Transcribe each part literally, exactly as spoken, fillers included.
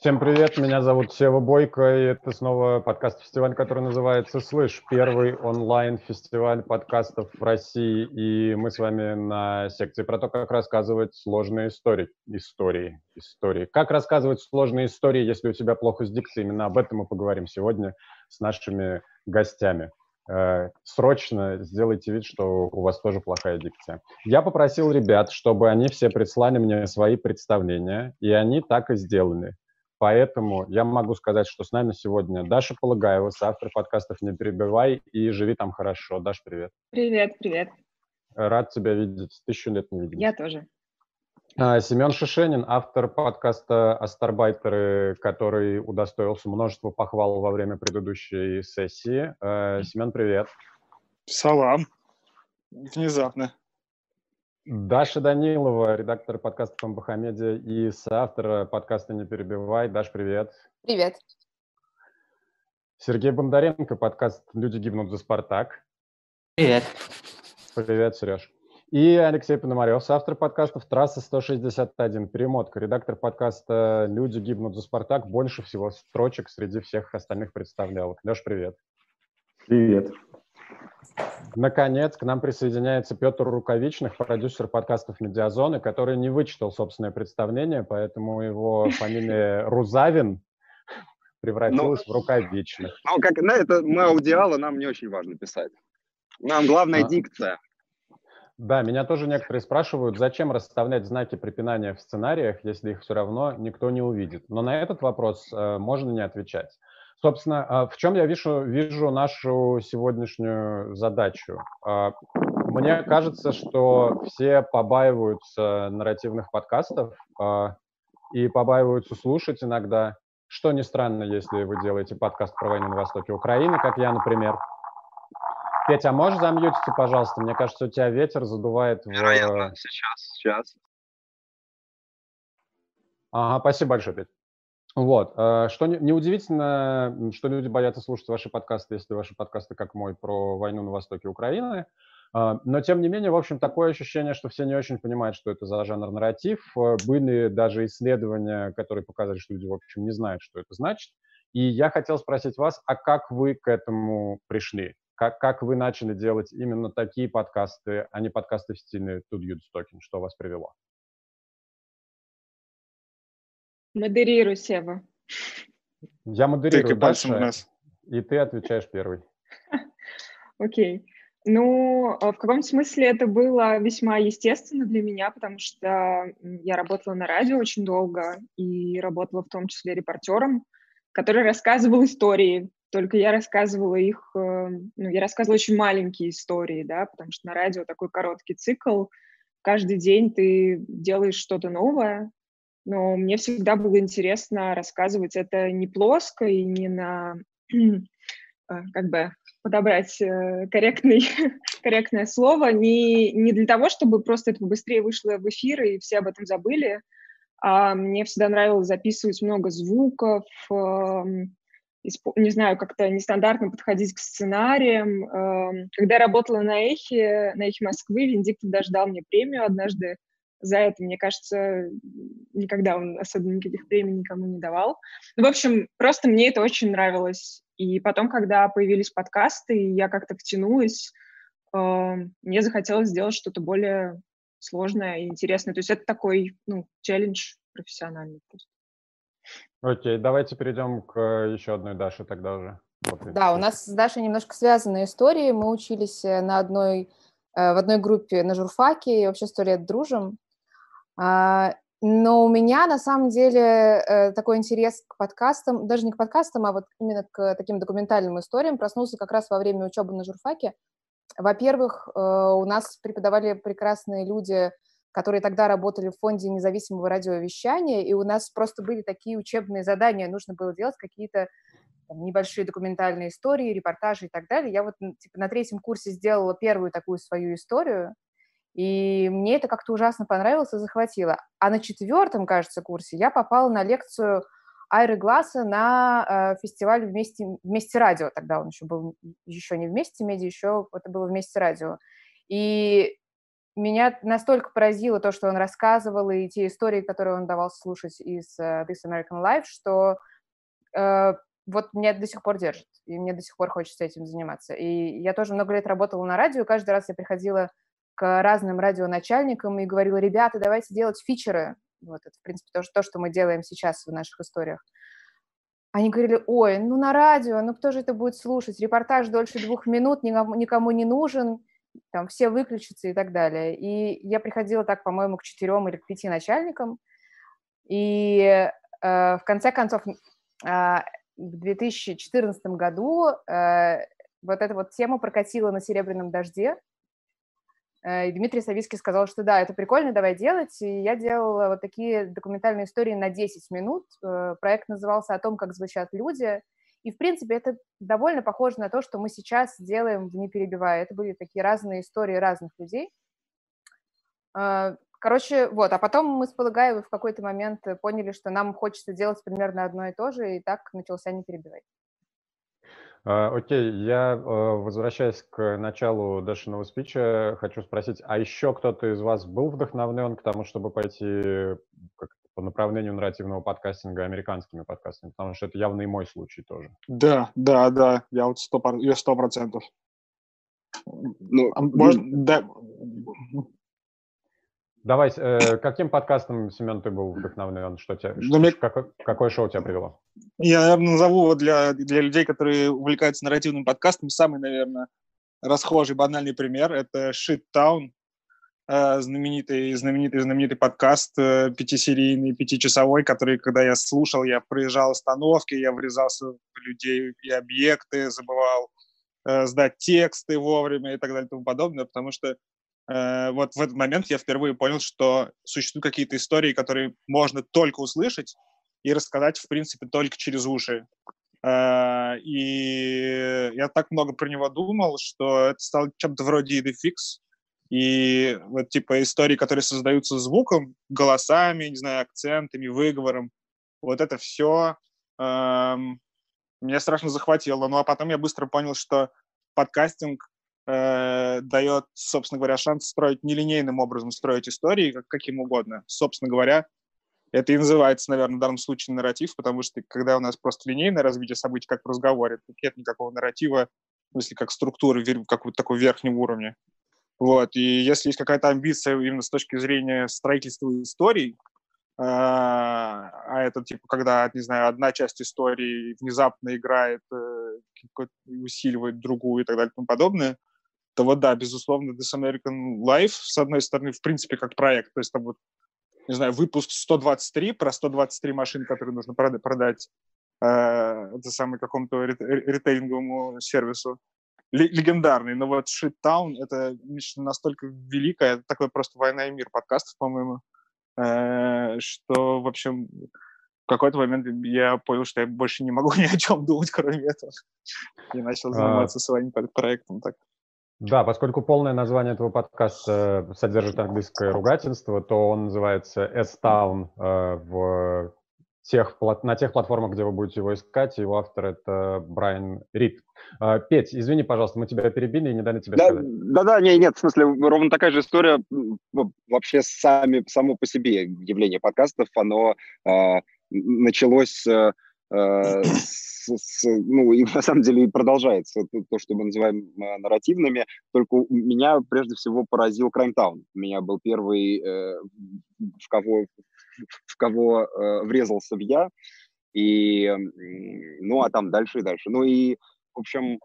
Всем привет, меня зовут Сева Бойко, и это снова подкаст-фестиваль, который называется «Слышь», первый онлайн-фестиваль подкастов в России, и мы с вами на секции про то, как рассказывать сложные истории. Истории, истории. Как рассказывать сложные истории, если у тебя плохо с дикцией, именно об этом мы поговорим сегодня с нашими гостями. Э, срочно сделайте вид, что у вас тоже плохая дикция. Я попросил ребят, чтобы они все прислали мне свои представления, и они так и сделали. Поэтому я могу сказать, что с нами сегодня Даша Полагаева, соавтор подкастов «Не перебивай» и «Живи там хорошо». Даш, привет. Привет, привет. Рад тебя видеть. Тысячу лет не виделись. Я тоже. А, Семен Шишенин, автор подкаста «Астарбайтеры», который удостоился множества похвал во время предыдущей сессии. А, Семен, привет. Салам. Внезапно. Даша Данилова, редактор подкаста «Мбахамедиа» и соавтор подкаста «Не перебивай». Даш, привет. Привет. Сергей Бондаренко, подкаст «Люди гибнут за Спартак». Привет. Привет, Сереж. И Алексей Пономарев, автор подкастов «Трасса сто шестьдесят один», перемотка, редактор подкаста «Люди гибнут за Спартак». Больше всего строчек среди всех остальных представлялок. Леш, привет. Привет. Наконец, к нам присоединяется Петр Рукавичных, продюсер подкастов «Медиазоны», который не вычитал собственное представление, поэтому его фамилия Рузавин превратилась Но, в Рукавичных. Ну, как, на это мы аудиалы, нам не очень важно писать. Нам главное а, дикция. Да, меня тоже некоторые спрашивают, зачем расставлять знаки препинания в сценариях, если их все равно никто не увидит. Но на этот вопрос э, можно не отвечать. Собственно, э, в чем я вижу, вижу нашу сегодняшнюю задачу? Э, мне кажется, что все побаиваются нарративных подкастов э, и побаиваются слушать иногда. Что не странно, если вы делаете подкаст про войну на востоке Украины, как я, например. Петя, а можешь замьютиться, пожалуйста? Мне кажется, у тебя ветер задувает в... Вероятно, сейчас, сейчас. Ага, спасибо большое, Петя. Вот. Что неудивительно, что люди боятся слушать ваши подкасты, если ваши подкасты, как мой, про войну на востоке Украины. Но, тем не менее, в общем, такое ощущение, что все не очень понимают, что это за жанр нарратив. Были даже исследования, которые показали, что люди, в общем, не знают, что это значит. И я хотел спросить вас, а как вы к этому пришли? Как, как вы начали делать именно такие подкасты, а не подкасты в стиле Two Dudes Talking? Что вас привело? Модерируй, Сева. Я модерирую, Тыкай пальцем Даша, в нас. и ты отвечаешь первый. Окей. Ну, в каком-то смысле это было весьма естественно для меня, потому что я работала на радио очень долго и работала в том числе репортером, который рассказывал истории. Только я рассказывала их, ну, я рассказывала очень маленькие истории, да, потому что на радио такой короткий цикл. Каждый день ты делаешь что-то новое, но мне всегда было интересно рассказывать это не плоско и не на, как бы подобрать корректный, корректное слово, не, не для того, чтобы просто это побыстрее вышло в эфир и все об этом забыли, а мне всегда нравилось записывать много звуков, не знаю, как-то нестандартно подходить к сценариям. Когда я работала на Эхе, на Эхе Москвы, Венедиктов даже дал мне премию однажды за это. Мне кажется, никогда он особенно никаких премий никому не давал. В общем, просто мне это очень нравилось. И потом, когда появились подкасты, и я как-то втянулась, мне захотелось сделать что-то более сложное и интересное. То есть это такой, ну, челлендж профессиональный просто. Окей, давайте перейдем к еще одной Даше тогда уже. Вот да, у нас с Дашей немножко связанные истории. Мы учились на одной, в одной группе на журфаке и вообще сто лет дружим. Но у меня на самом деле такой интерес к подкастам, даже не к подкастам, а вот именно к таким документальным историям проснулся как раз во время учебы на журфаке. Во-первых, у нас преподавали прекрасные люди, которые тогда работали в фонде независимого радиовещания, и у нас просто были такие учебные задания, нужно было делать какие-то там небольшие документальные истории, репортажи и так далее. Я вот типа на третьем курсе сделала первую такую свою историю, и мне это как-то ужасно понравилось и захватило. А на четвертом, кажется, курсе я попала на лекцию Айры Гласса на э, фестиваль «Вместе, «Вместе радио». Тогда он еще был еще не «Вместе медиа», еще это было «Вместе радио». И меня настолько поразило то, что он рассказывал, и те истории, которые он давал слушать из uh, This American Life, что uh, вот меня до сих пор держит, и мне до сих пор хочется этим заниматься. И я тоже много лет работала на радио, и каждый раз я приходила к разным радионачальникам и говорила: ребята, давайте делать фичеры. Вот это, в принципе, то, то, что мы делаем сейчас в наших историях. Они говорили: ой, ну на радио, ну кто же это будет слушать? Репортаж дольше двух минут никому, никому не нужен, там все выключатся и так далее. И я приходила так, по-моему, к четырем или к пяти начальникам. И э, в конце концов, э, в две тысячи четырнадцатом году э, вот эта вот тема прокатила на «Серебряном дожде». И Дмитрий Савицкий сказал, что да, это прикольно, давай делать. И я делала вот такие документальные истории на десять минут. Проект назывался «О том, как звучат люди». И, в принципе, это довольно похоже на то, что мы сейчас делаем в «Не перебивая». Это были такие разные истории разных людей. Короче, вот. А потом мы с Полагаевой в какой-то момент поняли, что нам хочется делать примерно одно и то же, и так начался «Не перебивай». Окей, я, возвращаясь к началу Дашиного спича, хочу спросить, а еще кто-то из вас был вдохновлен к тому, чтобы пойти как, по направлению нарративного подкастинга американскими подкастами? Потому что это явно и мой случай тоже. Да, да, да, я вот сто, я сто процентов. Ну, Может, да. Давай, э, каким подкастом, Семен, ты был вдохновлен? Что тебя, Да, мне... какое, какое шоу тебя привело? Я, наверное, назову для, для людей, которые увлекаются нарративным подкастом, самый, наверное, расхожий, банальный пример. Это Shittown, знаменитый, знаменитый, знаменитый подкаст, пятисерийный, пятичасовой, который, когда я слушал, я проезжал остановки, я врезался в людей и объекты, забывал э, сдать тексты вовремя и так далее и тому подобное, потому что э, вот в этот момент я впервые понял, что существуют какие-то истории, которые можно только услышать и рассказать, в принципе, только через уши. Э, и я так много про него думал, что это стало чем-то вроде Idefix. И вот типа истории, которые создаются звуком, голосами, не знаю, акцентами, выговором, вот это все эм, меня страшно захватило. Ну а потом я быстро понял, что подкастинг э, дает, собственно говоря, шанс строить нелинейным образом, строить истории, как, каким угодно. Собственно говоря, это и называется, наверное, в данном случае нарратив, потому что когда у нас просто линейное развитие событий, как в разговоре, нет никакого нарратива, в смысле, как структуры, как вот такого верхнего уровня. Вот, и если есть какая-то амбиция именно с точки зрения строительства историй, а это, типа, когда, не знаю, одна часть истории внезапно играет, усиливает другую и так далее и тому подобное, то вот, да, безусловно, This American Life, с одной стороны, в принципе, как проект, то есть там вот, не знаю, выпуск сто двадцать три, про сто двадцать три машины, которые нужно продать э, это самый какому-то ритейлинговому сервису, легендарный, но вот Shittown — это настолько великое, это такой просто «Война и мир» подкастов, по-моему, э, что, в общем, в какой-то момент я понял, что я больше не могу ни о чем думать, кроме этого, и начал заниматься а... своим проектом. Так. Да, поскольку полное название этого подкаста содержит английское ругательство, то он называется S-Town э, в тех, на тех платформах, где вы будете его искать. Его автор — это Брайан Рид. Uh, Петь, извини, пожалуйста, мы тебя перебили и не дали тебе да, сказать. Да-да, нет, нет, в смысле, ровно такая же история. Вообще сами, само по себе явление подкастов, оно э, началось э, с, с, ну, и на самом деле и продолжается. То, что мы называем э, нарративными. Только меня прежде всего поразил Crime Town. У меня был первый, э, в кого, в кого э, врезался в я. И, ну, а там дальше и дальше. Ну и, в общем,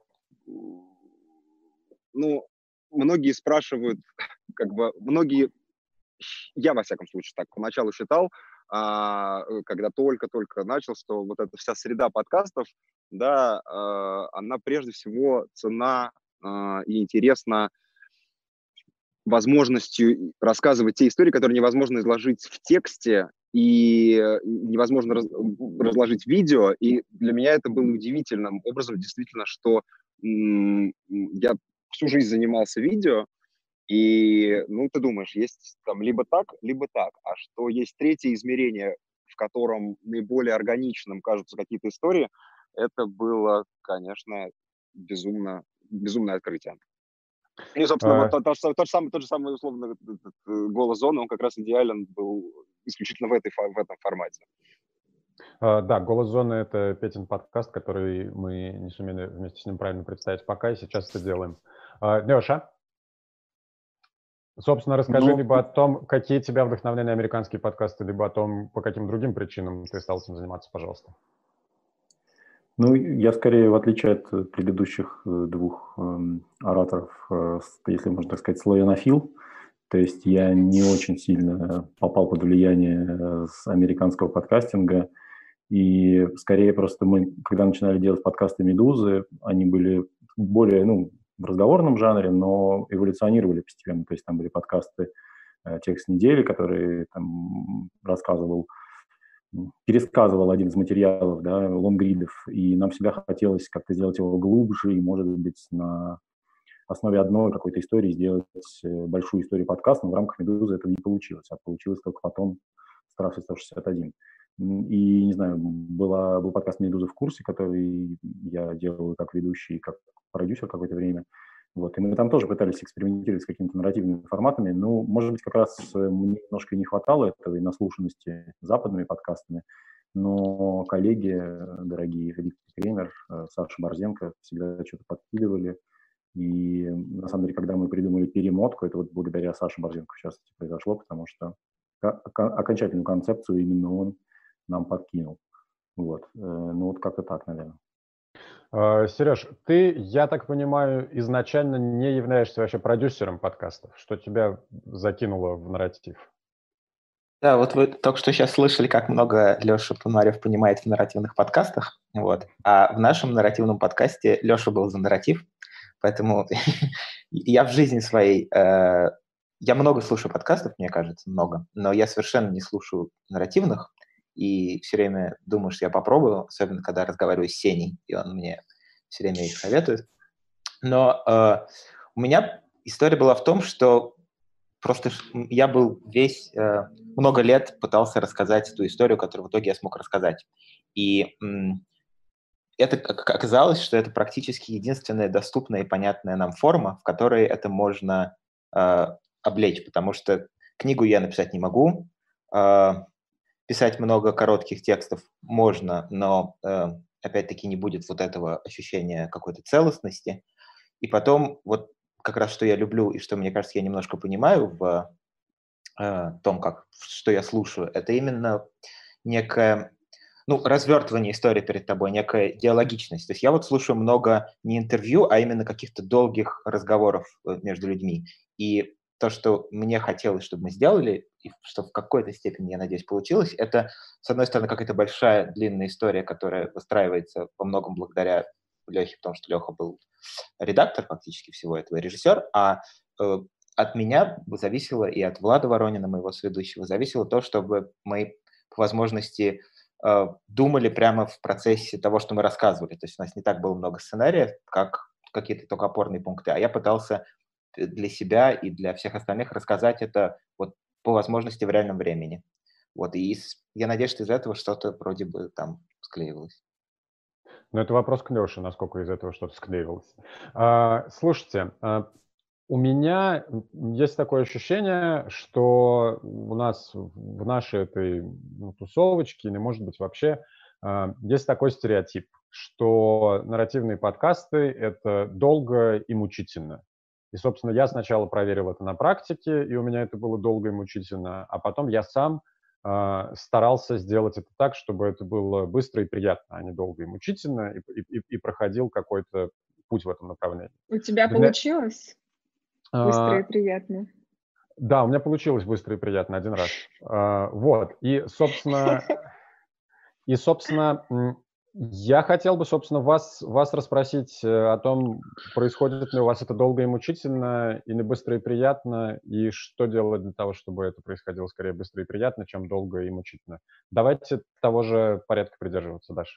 ну, многие спрашивают, как бы, многие, я, во всяком случае, так поначалу считал, а, когда только-только начал, что вот эта вся среда подкастов, да, а, она прежде всего ценна а, и интересна возможностью рассказывать те истории, которые невозможно изложить в тексте, и невозможно раз, разложить видео, и для меня это было удивительным образом, действительно, что м- я всю жизнь занимался видео, и, ну, ты думаешь, есть там либо так, либо так, а что есть третье измерение, в котором наиболее органичным кажутся какие-то истории, это было, конечно, безумно, безумное открытие. И, собственно, А, вот тот, тот, тот, же самый, тот же самый, условно, «Голос зоны», он как раз идеален был исключительно в, этой, в этом формате. а, да, «Голос зоны» — это Петин подкаст, который мы не сумели вместе с ним правильно представить пока, и сейчас это делаем. А, Леша, собственно, расскажи Ну, либо о том, какие тебя вдохновляли американские подкасты, либо о том, по каким другим причинам ты стал этим заниматься, пожалуйста. Ну, я скорее, в отличие от предыдущих двух эм, ораторов, э, если можно так сказать, славянофил, то есть я не очень сильно попал под влияние э, с американского подкастинга, и скорее просто мы, когда начинали делать подкасты «Медузы», они были более, ну, в разговорном жанре, но эволюционировали постепенно, то есть там были подкасты э, «Текст недели», который там рассказывал, пересказывал один из материалов, да, лонгридов, и нам всегда хотелось как-то сделать его глубже и, может быть, на основе одной какой-то истории сделать большую историю подкаста, но в рамках «Медузы» это не получилось, а получилось только потом в «Страфе сто шестьдесят один». И, не знаю, была, был подкаст «Медуза в курсе», который я делал как ведущий, как продюсер какое-то время. Вот, и мы там тоже пытались экспериментировать с какими-то нарративными форматами. Ну, может быть, как раз мне немножко не хватало этого и наслушанности западными подкастами, но коллеги дорогие, Виктор Кремер, Саша Борзенко всегда что-то подкидывали. И на самом деле, когда мы придумали перемотку, это вот благодаря Саше Борзенко, в частности, произошло, потому что окончательную концепцию именно он нам подкинул. Вот. Ну вот как-то так, наверное. Сереж, ты, я так понимаю, изначально не являешься вообще продюсером подкастов, что тебя закинуло в нарратив? Да, вот вы только что сейчас слышали, как много Леша Пономарев понимает в нарративных подкастах. Вот. А в нашем нарративном подкасте Леша был за нарратив, поэтому я в жизни своей... Э, я много слушаю подкастов, мне кажется, много, но я совершенно не слушаю нарративных, и все время думаю, что я попробую, особенно когда разговариваю с Сеней, и он мне все время их советует. Но э, у меня история была в том, что просто я был весь, э, много лет пытался рассказать ту историю, которую в итоге я смог рассказать. И м, это оказалось, что это практически единственная доступная и понятная нам форма, в которой это можно э, облечь, потому что книгу я написать не могу, э, писать много коротких текстов можно, но э, опять-таки не будет вот этого ощущения какой-то целостности. И потом вот как раз что я люблю и что, мне кажется, я немножко понимаю в э, том, как, что я слушаю, это именно некое, ну, развертывание истории перед тобой, некая диалогичность. То есть я вот слушаю много не интервью, а именно каких-то долгих разговоров между людьми. И то, что мне хотелось, чтобы мы сделали, и что в какой-то степени, я надеюсь, получилось, это, с одной стороны, какая-то большая длинная история, которая выстраивается во многом благодаря Лехе, потому что Леха был редактор фактически всего этого, режиссер, а э, от меня зависело, и от Влада Воронина, моего соведущего, зависело то, чтобы мы по возможности э, думали прямо в процессе того, что мы рассказывали. То есть у нас не так было много сценариев, как какие-то только опорные пункты, а я пытался для себя и для всех остальных рассказать это вот по возможности в реальном времени. Вот, и из, я надеюсь, что из этого что-то вроде бы там склеивалось. Ну, это вопрос к Леше, насколько из этого что-то склеивалось. А, слушайте, а, у меня есть такое ощущение, что у нас в нашей этой ну, тусовочке, или, может быть, вообще, а, есть такой стереотип, что нарративные подкасты — это долго и мучительно. И, собственно, я сначала проверил это на практике, и у меня это было долго и мучительно, а потом я сам Uh, старался сделать это так, чтобы это было быстро и приятно, а не долго и мучительно, и, и, и проходил какой-то путь в этом направлении. У тебя Для... получилось? Uh, быстро и приятно. Да, у меня получилось быстро и приятно один раз. Uh, вот, и, собственно, и, собственно, я хотел бы, собственно, вас, вас расспросить о том, происходит ли у вас это долго и мучительно, или быстро и приятно, и что делать для того, чтобы это происходило скорее быстро и приятно, чем долго и мучительно. Давайте того же порядка придерживаться, Даша.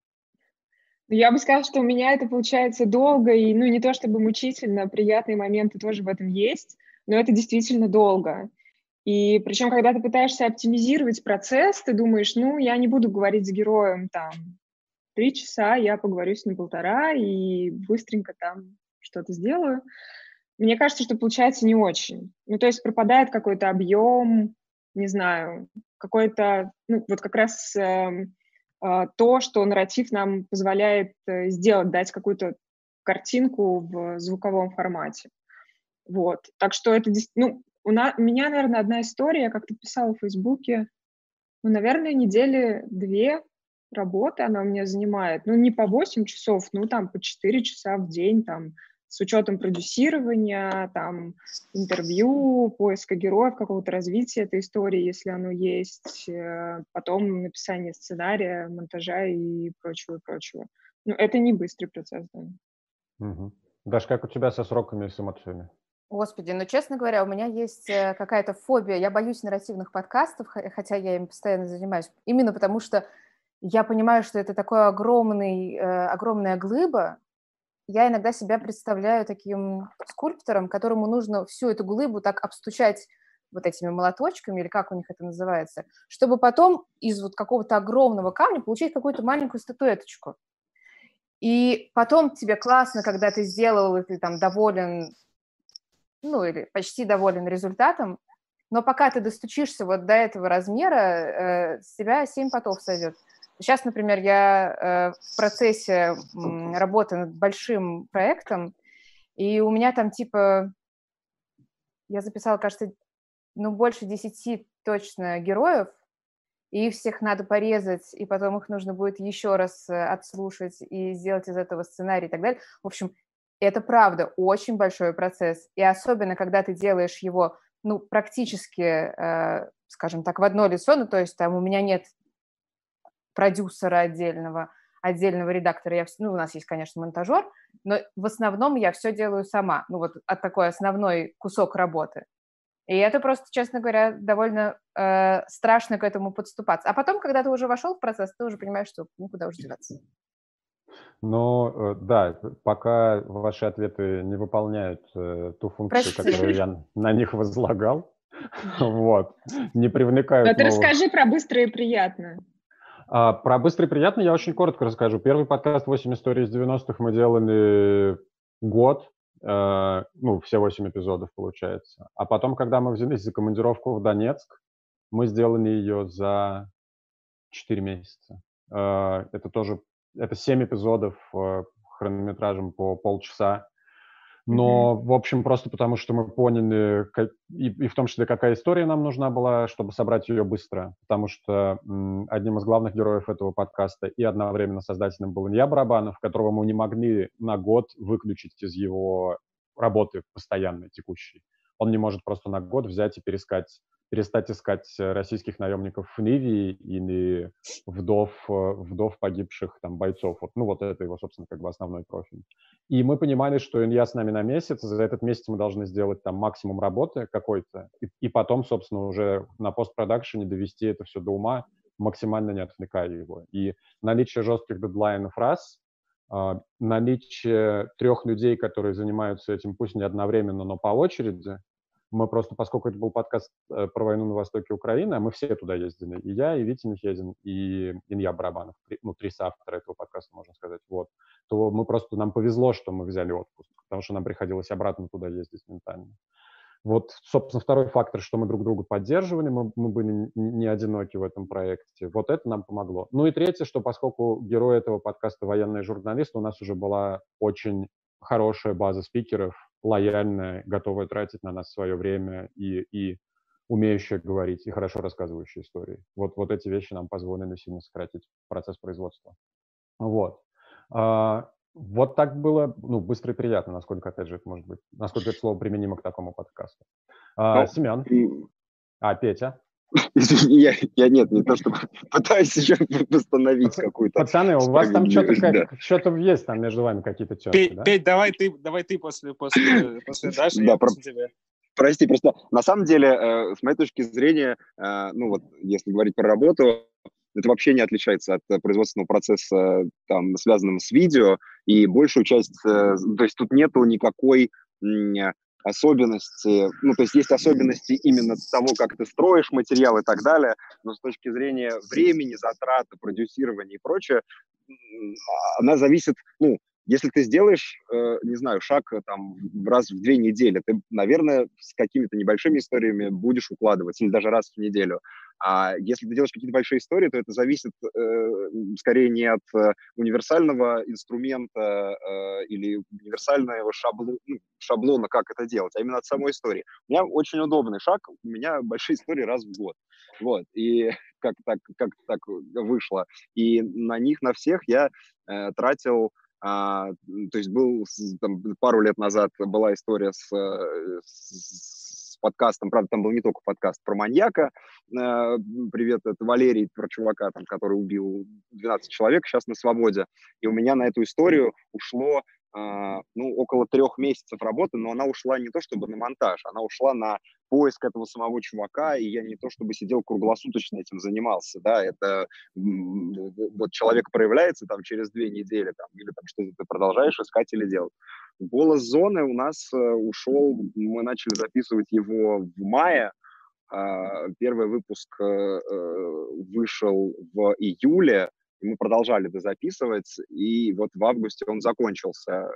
Я бы сказала, что у меня это получается долго, и, ну, не то чтобы мучительно, приятные моменты тоже в этом есть, но это действительно долго. И причем, когда ты пытаешься оптимизировать процесс, ты думаешь, ну, я не буду говорить с героем там три часа, я поговорю с ним полтора и быстренько там что-то сделаю. мне кажется, что получается не очень. Ну, то есть пропадает какой-то объем, не знаю, какой-то, ну, вот как раз э, э, то, что нарратив нам позволяет э, сделать, дать какую-то картинку в звуковом формате. Вот. Так что это, ну, у, на, у меня, наверное, одна история, я как-то писала в Фейсбуке, ну, наверное, недели две работы она у меня занимает. Ну, не по восемь часов, ну, там, по четыре часа в день, там, с учетом продюсирования, там, интервью, поиска героев, какого-то развития этой истории, если оно есть, потом написание сценария, монтажа и прочего, прочего. Ну, это не быстрый процесс, да. Угу. Даш, как у тебя со сроками и с эмоциями? Господи, ну, честно говоря, у меня есть какая-то фобия. Я боюсь нарративных подкастов, хотя я им постоянно занимаюсь. Именно потому что я понимаю, что это такой огромный, огромная глыба. Я иногда себя представляю таким скульптором, которому нужно всю эту глыбу так обстучать вот этими молоточками, или как у них это называется, чтобы потом из вот какого-то огромного камня получить какую-то маленькую статуэточку. И потом тебе классно, когда ты сделал, и ты там доволен, ну, или почти доволен результатом, но пока ты достучишься вот до этого размера, э, с тебя семь потов сойдет. Сейчас, например, я э, в процессе э, работы над большим проектом, и у меня там типа, я записала, кажется, ну, больше десяти точно героев, и их всех надо порезать, и потом их нужно будет еще раз отслушать и сделать из этого сценарий и так далее. В общем, это правда очень большой процесс, и особенно, когда ты делаешь его, ну, практически, э, скажем так, в одно лицо, ну, то есть там у меня нет продюсера отдельного, отдельного редактора, я, ну, у нас есть, конечно, монтажер, но в основном я все делаю сама, ну, вот от такой основной кусок работы. И это просто, честно говоря, довольно э, страшно к этому подступаться. А потом, когда ты уже вошел в процесс, ты уже понимаешь, что ну, куда уж деваться. Ну, да, пока ваши ответы не выполняют э, ту функцию, Прости. которую я на них возлагал, вот, не привлекают Но ты новых... расскажи про быстро и приятно. А, про быстро и приятно я очень коротко расскажу. Первый подкаст «восемь историй из девяностых» мы делали год, э, ну, все восемь эпизодов, получается. А потом, когда мы взялись за командировку в Донецк, мы сделали ее за четыре месяца. Э, это тоже, это семь эпизодов э, хронометражем по полчаса. Но, mm-hmm. в общем, просто потому, что мы поняли, как, и, и в том числе, какая история нам нужна была, чтобы собрать ее быстро. Потому что м, одним из главных героев этого подкаста и одновременно создателем был Илья Барабанов, которого мы не могли на год выключить из его работы постоянной, текущей. Он не может просто на год взять и перескать, перестать искать российских наемников в Ливии или вдов, вдов погибших там бойцов. Вот, ну, вот это его, собственно, как бы основной профиль. И мы понимали, что Илья с нами на месяц, за этот месяц мы должны сделать там максимум работы какой-то, и, и потом, собственно, уже на постпродакшене довести это все до ума, максимально не отвлекая его. И наличие жестких дедлайнов раз, Uh, наличие трех людей, которые занимаются этим, пусть не одновременно, но по очереди. Мы просто, поскольку это был подкаст uh, про войну на востоке Украины, а мы все туда ездили, и я, и Витя Михедин, и Илья Барабанов, три, ну, три соавтора этого подкаста, можно сказать, вот, то мы просто, нам повезло, что мы взяли отпуск, потому что нам приходилось обратно туда ездить ментально. Вот, собственно, второй фактор, что мы друг друга поддерживали, мы, мы были не одиноки в этом проекте. Вот это нам помогло. Ну и третье, что поскольку герой этого подкаста военный журналист, у нас уже была очень хорошая база спикеров, лояльная, готовая тратить на нас свое время и, и умеющая говорить, и хорошо рассказывающая истории. Вот, вот эти вещи нам позволили сильно сократить процесс производства. Вот. Вот так было, ну, быстро и приятно, насколько, опять же, это может быть, насколько это слово применимо к такому подкасту. А, ну, Семен. И... А, Петя. Извини, я, я нет, не то, что пытаюсь сейчас восстановить какую-то... Пацаны, у вас там что-то как, да. что-то есть там между вами какие-то терки, Петь, да? Петь, давай ты, давай ты после, после, после Даши, да, я про... после тебя. Прости, просто на самом деле, э, с моей точки зрения, э, ну вот, если говорить про работу, это вообще не отличается от производственного процесса, там, связанного с видео, и большую часть, то есть тут нету никакой особенности, ну, то есть есть особенности именно того, как ты строишь материал и так далее, но с точки зрения времени, затраты, продюсирования и прочее, она зависит, ну, если ты сделаешь, э, не знаю, шаг там раз в две недели, ты, наверное, с какими-то небольшими историями будешь укладываться, или даже раз в неделю. А если ты делаешь какие-то большие истории, то это зависит э, скорее не от э, универсального инструмента э, или универсального шабло, ну, шаблона, как это делать, а именно от самой истории. У меня очень удобный шаг, у меня большие истории раз в год. Вот, и как так, как так вышло. И на них, на всех я э, тратил... А, то есть был там, пару лет назад была история с, с, с подкастом, правда, там был не только подкаст про маньяка. Э, привет, это Валерий, про чувака, там, который убил двенадцать человек, сейчас на свободе. И у меня на эту историю ушло Uh, ну, около трех месяцев работы, но она ушла не то чтобы на монтаж, она ушла на поиск этого самого чувака, и я не то чтобы сидел круглосуточно этим занимался, да, это вот человек проявляется там через две недели, там, или там что-то ты продолжаешь искать или делать. «Голос зоны» у нас uh, ушел, мы начали записывать его в мае, uh, первый выпуск uh, вышел в июле, и мы продолжали дозаписывать, и вот в августе он закончился.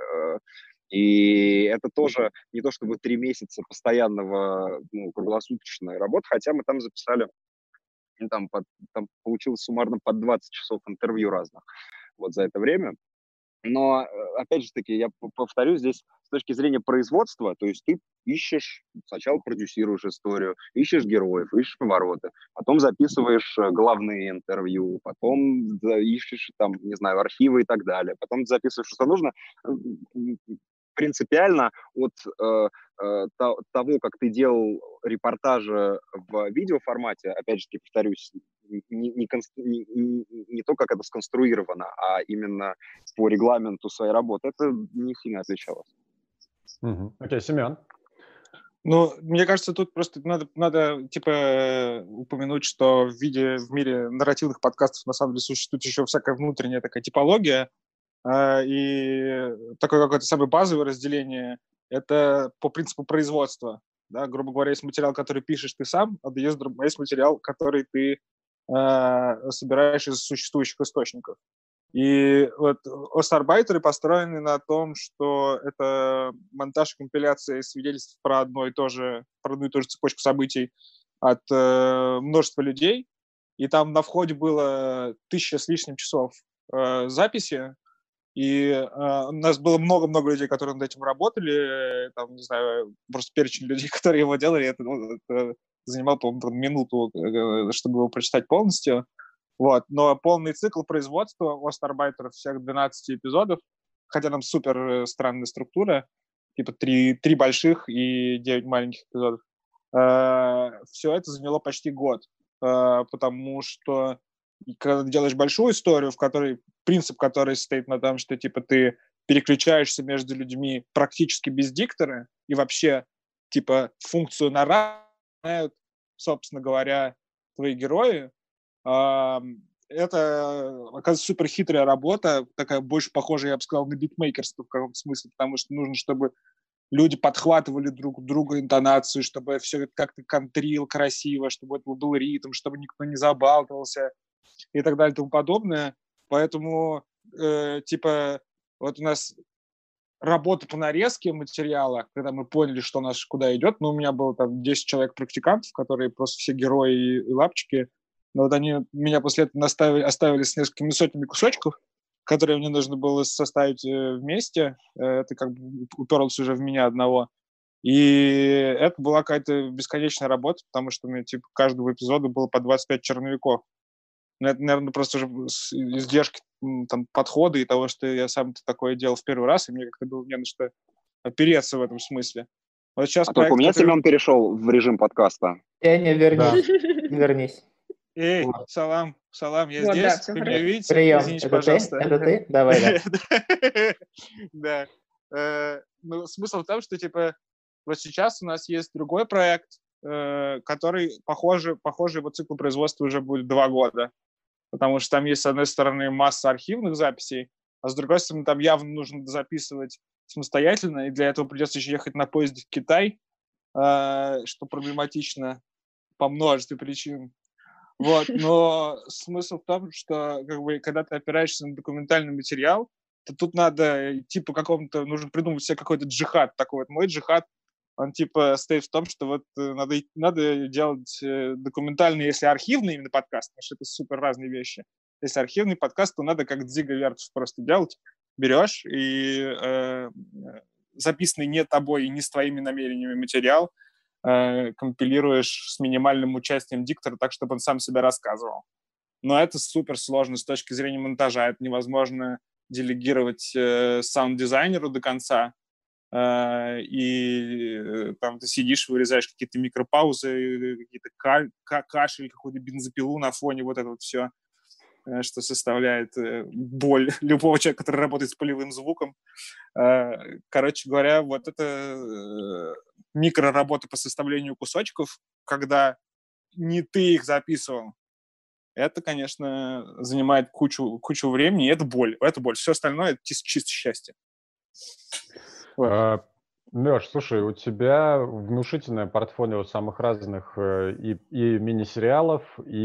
И это тоже не то чтобы три месяца постоянного, ну, круглосуточной работы, хотя мы там записали, ну, там, под, там получилось суммарно под двадцать часов интервью разных вот за это время. Но, опять же таки, я повторю, здесь с точки зрения производства, то есть ты ищешь, сначала продюсируешь историю, ищешь героев, ищешь повороты, потом записываешь главные интервью, потом ищешь, там, не знаю, архивы и так далее, потом записываешь, что нужно. Принципиально от э, э, того, как ты делал репортажи в видеоформате, опять же, повторюсь, не, не, не, не, не то, как это сконструировано, а именно по регламенту своей работы, это не сильно отличалось. Окей, okay, Семен. Ну, мне кажется, тут просто надо, надо типа упомянуть, что в виде в мире нарративных подкастов на самом деле существует еще всякая внутренняя такая типология, и такое какое-то самое базовое разделение – это по принципу производства. Да? Грубо говоря, есть материал, который пишешь ты сам, а есть, есть материал, который ты э, собираешь из существующих источников. И вот остарбайтеры построены на том, что это монтаж и компиляция свидетельств про одно и то же, про одну и ту же цепочку событий от э, множества людей. И там на входе было тысяча с лишним часов э, записи. И э, у нас было много-много людей, которые над этим работали. Там, не знаю, просто перечень людей, которые его делали, это, это занимало, по-моему, минуту, чтобы его прочитать полностью. Вот. Но полный цикл производства у остарбайтеров всех двенадцати эпизодов, хотя там супер странная структура, типа три, три больших и девять маленьких эпизодов, э, все это заняло почти год. Э, потому что когда ты делаешь большую историю, в которой принцип, который стоит на том, что типа ты переключаешься между людьми практически без диктора, и вообще типа функцию наращивают, собственно говоря, твои герои, это, оказывается, супер хитрая работа, такая больше похожая, я бы сказал, на битмейкерство в каком-то смысле, потому что нужно, чтобы люди подхватывали друг у друга интонацию, чтобы все это как-то контрил красиво, чтобы это был ритм, чтобы никто не забалтывался и так далее и тому подобное. Поэтому, э, типа, вот у нас работа по нарезке материала, когда мы поняли, что у нас куда идет, ну, у меня было там десять человек практикантов, которые просто все герои и, и лапчики, но вот они меня после этого наставили, оставили с несколькими сотнями кусочков, которые мне нужно было составить вместе. Это как бы уперлось уже в меня одного. И это была какая-то бесконечная работа, потому что у меня типа каждого эпизода было по двадцать пять черновиков. Но это, наверное, просто уже издержки там, подхода и того, что я сам такое делал в первый раз, и мне как-то было не на что опереться в этом смысле. Вот сейчас а проект, только у меня который... Семен перешел в режим подкаста. Я не вернись. Да. Вернись. Эй, вот. Салам, салам, я вот, здесь, да, вы меня видите? Прием. Извините, это пожалуйста. Ты? Это ты? Давай, да. Да. Ну, смысл в том, что, типа, вот сейчас у нас есть другой проект, который, похоже, похоже, его цикл производства уже будет два года. Потому что там есть, с одной стороны, масса архивных записей, а с другой стороны, там явно нужно записывать самостоятельно, и для этого придется еще ехать на поезде в Китай, что проблематично по множеству причин. Вот, но смысл в том, что как бы, когда ты опираешься на документальный материал, то тут надо идти по какому-то, нужно придумать себе какой-то джихад такой. Вот мой джихад, он типа стоит в том, что вот надо, надо делать документальный, если архивный именно подкаст, потому что это супер разные вещи. Если архивный подкаст, то надо как Дзига Вертус просто делать. Берешь и э, записанный не тобой и не с твоими намерениями материал э, компилируешь с минимальным участием диктора так, чтобы он сам себя рассказывал. Но это супер сложно с точки зрения монтажа. Это невозможно делегировать э, саунд-дизайнеру до конца. Э, и э, там ты сидишь, вырезаешь какие-то микропаузы, какие-то ка- ка- кашель, какую-то бензопилу на фоне, вот это вот все, что составляет боль любого человека, который работает с полевым звуком. Короче говоря, вот это микроработа по составлению кусочков, когда не ты их записывал, это, конечно, занимает кучу, кучу времени, и это боль. Это боль. Все остальное — это чисто, чисто счастье. Вот. А, Леш, слушай, у тебя внушительное портфолио самых разных э, и, и мини-сериалов,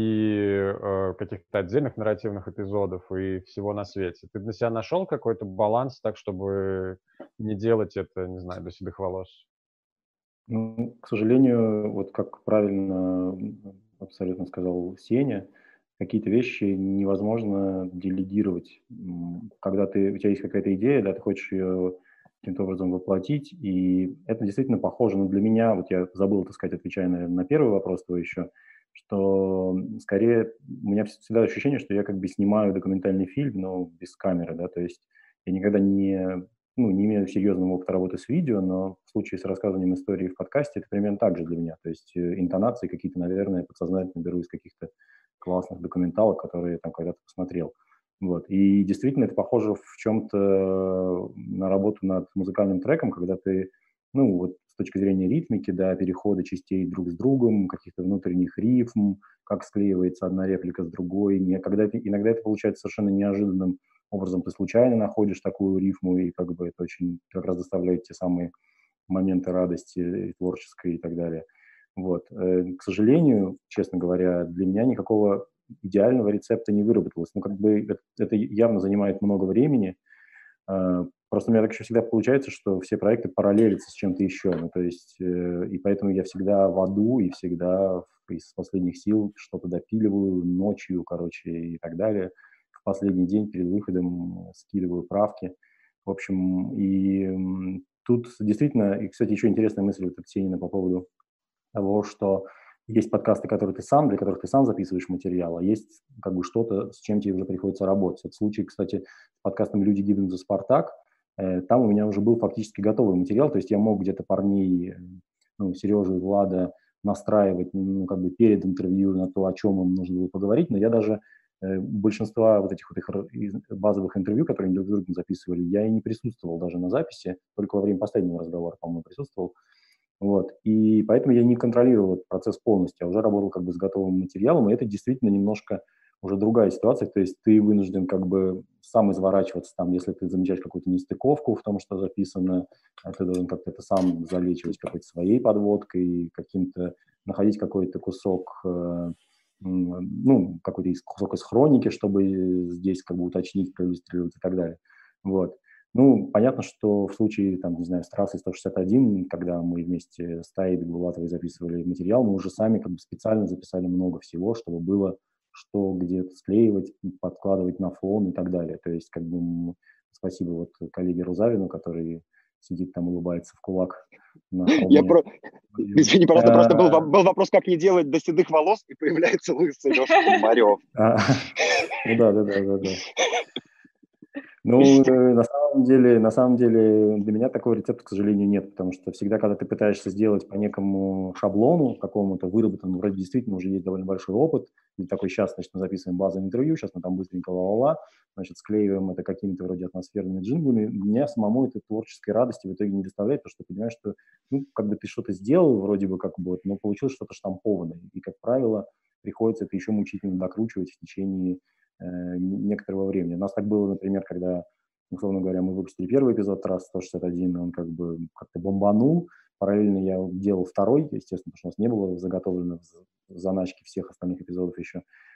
и э, каких-то отдельных нарративных эпизодов, и всего на свете. Ты для себя нашел какой-то баланс так, чтобы не делать это, не знаю, до седых волос? Ну, к сожалению, вот как правильно абсолютно сказал Сеня, какие-то вещи невозможно делегировать. Когда ты, у тебя есть какая-то идея, да, ты хочешь ее каким-то образом воплотить, и это действительно похоже, но для меня, вот я забыл, так сказать, отвечая, наверное, на первый вопрос твой еще, что скорее у меня всегда ощущение, что я как бы снимаю документальный фильм, но без камеры, да, то есть я никогда не, ну, не имею серьезного опыта работы с видео, но в случае с рассказыванием истории в подкасте это примерно так же для меня, то есть интонации какие-то, наверное, подсознательно беру из каких-то классных документалок, которые я там когда-то посмотрел. Вот. И действительно это похоже в чем-то на работу над музыкальным треком, когда ты, ну, вот с точки зрения ритмики, да, перехода частей друг с другом, каких-то внутренних рифм, как склеивается одна реплика с другой. Не, когда это, иногда это получается совершенно неожиданным образом. Ты случайно находишь такую рифму, и как бы это очень как раз доставляет те самые моменты радости творческой и так далее. Вот. К сожалению, честно говоря, для меня никакого идеального рецепта не выработалось. Ну, как бы это, это явно занимает много времени. Просто у меня так еще всегда получается, что все проекты параллелятся с чем-то еще. Ну, то есть, и поэтому я всегда в аду и всегда из последних сил что-то допиливаю ночью, короче, и так далее. В последний день перед выходом скидываю правки. В общем, и тут действительно, и, кстати, еще интересная мысль вот от Сенина по поводу того, что есть подкасты, которые ты сам, для которых ты сам записываешь материал, а есть как бы что-то, с чем тебе уже приходится работать. Вот в случае, кстати, с подкастом «Люди гибнут за Спартак», э, там у меня уже был фактически готовый материал, то есть я мог где-то парней, ну, Сережу и Влада настраивать, ну, как бы перед интервью на то, о чем им нужно было поговорить, но я даже э, большинства вот этих вот их базовых интервью, которые они друг с другом записывали, я и не присутствовал даже на записи, только во время последнего разговора, по-моему, присутствовал. Вот. И поэтому я не контролировал этот процесс полностью, а уже работал как бы с готовым материалом, и это действительно немножко уже другая ситуация, то есть ты вынужден как бы сам изворачиваться там, если ты замечаешь какую-то нестыковку в том, что записано, ты должен как-то это сам залечивать какой-то своей подводкой, каким-то, находить какой-то кусок, э, ну, какой-то кусок из хроники, чтобы здесь как бы уточнить, проиллюстрировать и так далее. Вот. Ну, понятно, что в случае, там, не знаю, с трассой сто шестьдесят один, когда мы вместе с Таей Бекбулатовой записывали материал, мы уже сами как бы специально записали много всего, чтобы было что где-то склеивать, подкладывать на фон и так далее. То есть, как бы, спасибо вот коллеге Рузавину, который сидит там, улыбается в кулак на холме. Я про... Извини, пожалуйста, просто был, был вопрос, как не делать до седых волос, и появляется лысый Леша Пономарев. Ну да, да, да, да, да. Ну, на самом деле, на самом деле для меня такого рецепта, к сожалению, нет, потому что всегда, когда ты пытаешься сделать по некому шаблону, какому-то выработанному, вроде действительно уже есть довольно большой опыт, и такой, сейчас, значит, мы записываем базовое интервью, сейчас мы там быстренько ла-ла-ла, значит, склеиваем это какими-то вроде атмосферными джинглами, мне самому этой творческой радости в итоге не доставляет, потому что ты понимаешь, что, ну, как бы ты что-то сделал, вроде бы как бы, но получилось что-то штампованное, и, как правило, приходится это еще мучительно докручивать в течение некоторого времени. У нас так было, например, когда, условно говоря, мы выпустили первый эпизод трасс сто шестьдесят один, он как бы как-то бомбанул. Параллельно я делал второй, естественно, потому что у нас не было заготовлено в заначке всех остальных эпизодов еще.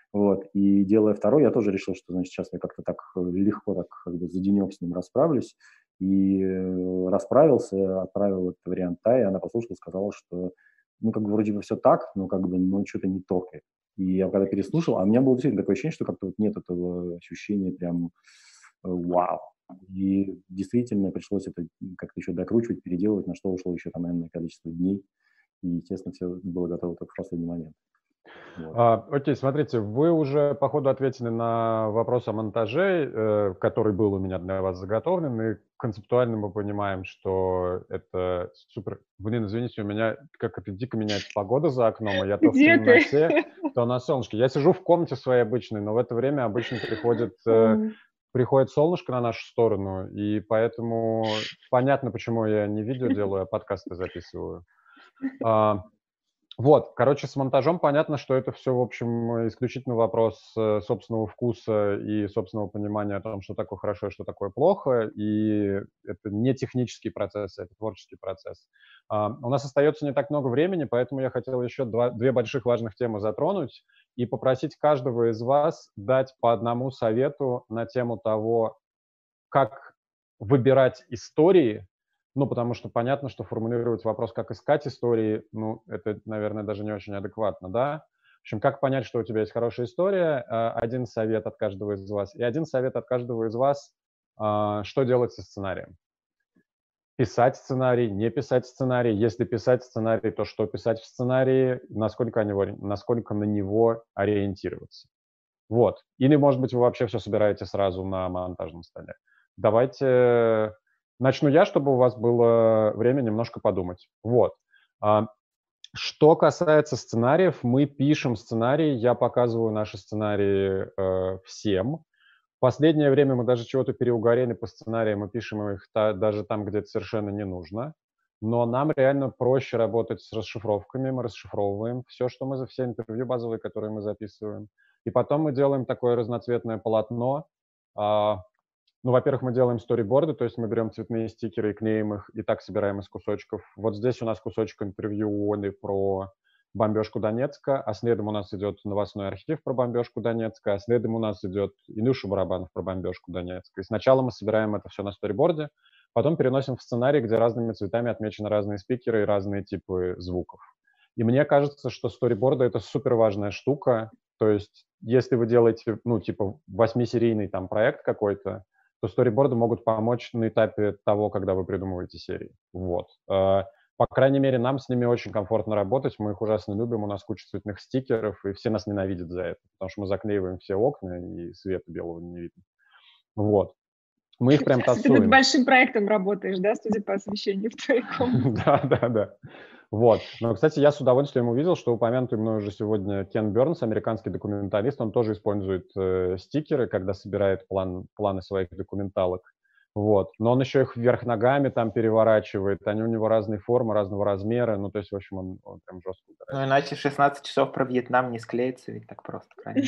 Вот. И делая второй, я тоже решил, что, значит, сейчас я как-то так легко так как бы за денек с ним расправлюсь. И расправился, отправил этот вариант Тае, она послушала, сказала, что, ну, как бы вроде бы все так, но как бы, ну, что-то не то. И я когда переслушал, а у меня было действительно такое ощущение, что как-то вот нет этого ощущения прям вау. И действительно пришлось это как-то еще докручивать, переделывать, на что ушло еще там, наверное, количество дней. И, естественно, все было готово только в последний момент. Вот. А, окей, смотрите, вы уже по ходу ответили на вопрос о монтаже, э, который был у меня для вас заготовлен, и концептуально мы понимаем, что это супер... Блин, извините, у меня как это дико меняется погода за окном, и я то в Где ты? темноте, то на солнышке. Я сижу в комнате своей обычной, но в это время обычно приходит... э, приходит солнышко на нашу сторону, и поэтому понятно, почему я не видео делаю, а подкасты записываю. А, вот, короче, с монтажом понятно, что это все, в общем, исключительно вопрос э, собственного вкуса и собственного понимания о том, что такое хорошо и что такое плохо, и это не технический процесс, это творческий процесс. А, у нас остается не так много времени, поэтому я хотел еще два, две больших важных темы затронуть и попросить каждого из вас дать по одному совету на тему того, как выбирать истории. Ну, потому что понятно, что формулировать вопрос, как искать истории, ну, это, наверное, даже не очень адекватно, да? В общем, как понять, что у тебя есть хорошая история? Один совет от каждого из вас. И один совет от каждого из вас, что делать со сценарием. Писать сценарий, не писать сценарий. Если писать сценарий, то что писать в сценарии, насколько, него, насколько на него ориентироваться. Вот. Или, может быть, вы вообще все собираете сразу на монтажном столе. Давайте... Начну я, чтобы у вас было время немножко подумать. Вот. Что касается сценариев, мы пишем сценарии, я показываю наши сценарии э, всем. В последнее время мы даже чего-то переугорели по сценариям, мы пишем их та, даже там, где это совершенно не нужно. Но нам реально проще работать с расшифровками, мы расшифровываем все, что мы за все интервью базовые, которые мы записываем. И потом мы делаем такое разноцветное полотно. Э, Ну, во-первых, мы делаем сториборды, то есть мы берем цветные стикеры и клеим их, и так собираем из кусочков. Вот здесь у нас кусочек интервью у Оли про бомбежку Донецка, а следом у нас идет новостной архив про бомбежку Донецка, а следом у нас идет Илюша Барабанов про бомбежку Донецка. И сначала мы собираем это все на сториборде, потом переносим в сценарий, где разными цветами отмечены разные спикеры и разные типы звуков. И мне кажется, что сториборды — это супер важная штука. То есть если вы делаете, ну, типа восьмисерийный там проект какой-то, то сториборды могут помочь на этапе того, когда вы придумываете серии. Вот. По крайней мере, нам с ними очень комфортно работать, мы их ужасно любим, у нас куча цветных стикеров, и все нас ненавидят за это, потому что мы заклеиваем все окна, и света белого не видно. Вот. Мы их прям тасуем. Ты над большим проектом работаешь, да, судя по освещению в твоей комнате? Да, да, да. Вот. Но, кстати, я с удовольствием увидел, что упомянутый мной уже сегодня Кен Бернс, американский документалист, он тоже использует э, стикеры, когда собирает план, планы своих документалок. Вот. Но он еще их вверх ногами там переворачивает, они у него разные формы, разного размера, ну, то есть, в общем, он, он прям жестко убирает. Ну, иначе шестнадцать часов про Вьетнам не склеится, ведь так просто, правильно?